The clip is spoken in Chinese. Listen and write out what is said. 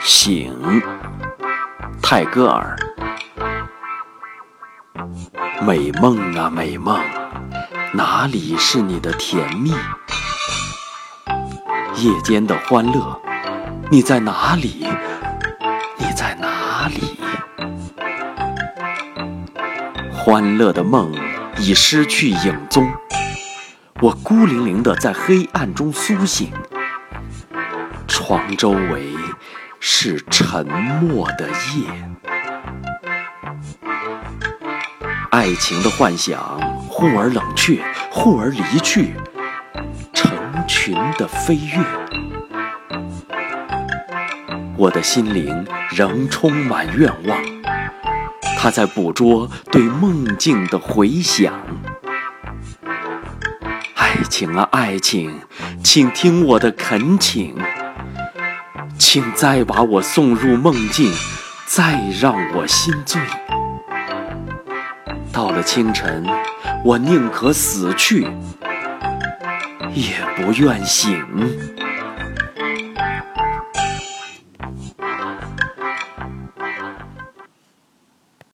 醒，泰戈尔。美梦啊美梦，哪里是你的甜蜜？夜间的欢乐，你在哪里？你在哪里？欢乐的梦已失去影踪，我孤零零地在黑暗中苏醒，床周围是沉默的夜。爱情的幻想忽而冷却，忽而离去，成群的飞跃。我的心灵仍充满愿望，它在捕捉对梦境的回响。爱情啊爱情，请听我的恳请，请再把我送入梦境，再让我心醉。到了清晨，我宁可死去，也不愿醒。